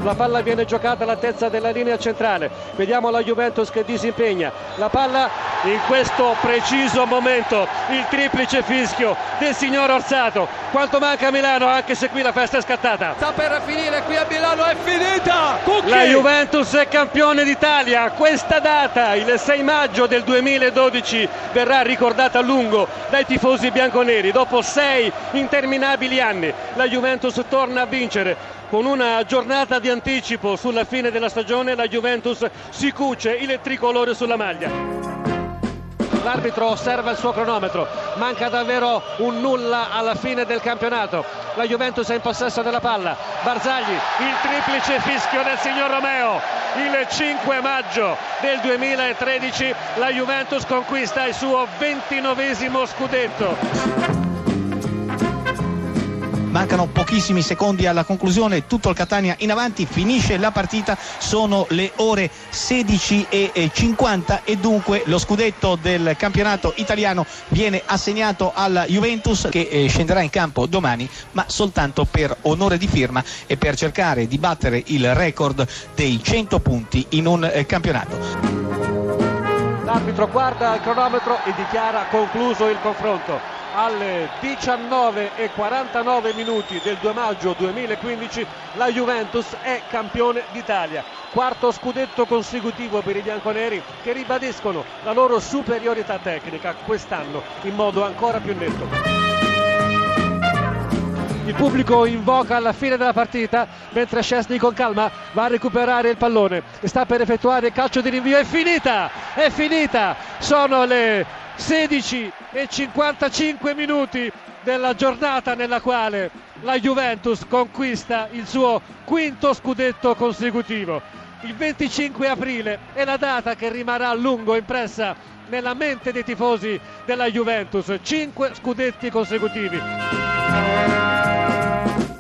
la palla viene giocata all'altezza della linea centrale, vediamo la Juventus che disimpegna la palla in questo preciso momento, il triplice fischio del signor Orsato. Quanto manca a Milano, anche se qui la festa è scattata. Sta per finire qui a Milano, è finita! Cucchi! La Juventus è campione d'Italia. Questa data, il 6 maggio del 2012, verrà ricordata a lungo dai tifosi bianconeri. Dopo 6 interminabili anni la Juventus torna a vincere. Con una giornata di anticipo sulla fine della stagione, la Juventus si cuce il tricolore sulla maglia. L'arbitro osserva il suo cronometro, manca davvero un nulla alla fine del campionato. La Juventus è in possesso della palla. Barzagli, il triplice fischio del signor Romeo. Il 5 maggio del 2013 la Juventus conquista il suo 29esimo scudetto. Mancano pochissimi secondi alla conclusione, tutto il Catania in avanti, finisce la partita, sono le ore 16:50 e dunque lo scudetto del campionato italiano viene assegnato alla Juventus, che scenderà in campo domani, ma soltanto per onore di firma e per cercare di battere il record dei 100 punti in un campionato. L'arbitro guarda il cronometro e dichiara concluso il confronto. Alle 19:49 minuti del 2 maggio 2015 la Juventus è campione d'Italia. Quarto scudetto consecutivo per i bianconeri, che ribadiscono la loro superiorità tecnica quest'anno in modo ancora più netto. Il pubblico invoca alla fine della partita, mentre Szczęsny con calma va a recuperare il pallone e sta per effettuare il calcio di rinvio. È finita, sono le 16:55 minuti della giornata nella quale la Juventus conquista il suo quinto scudetto consecutivo. Il 25 aprile è la data che rimarrà a lungo impressa nella mente dei tifosi della Juventus. 5 scudetti consecutivi.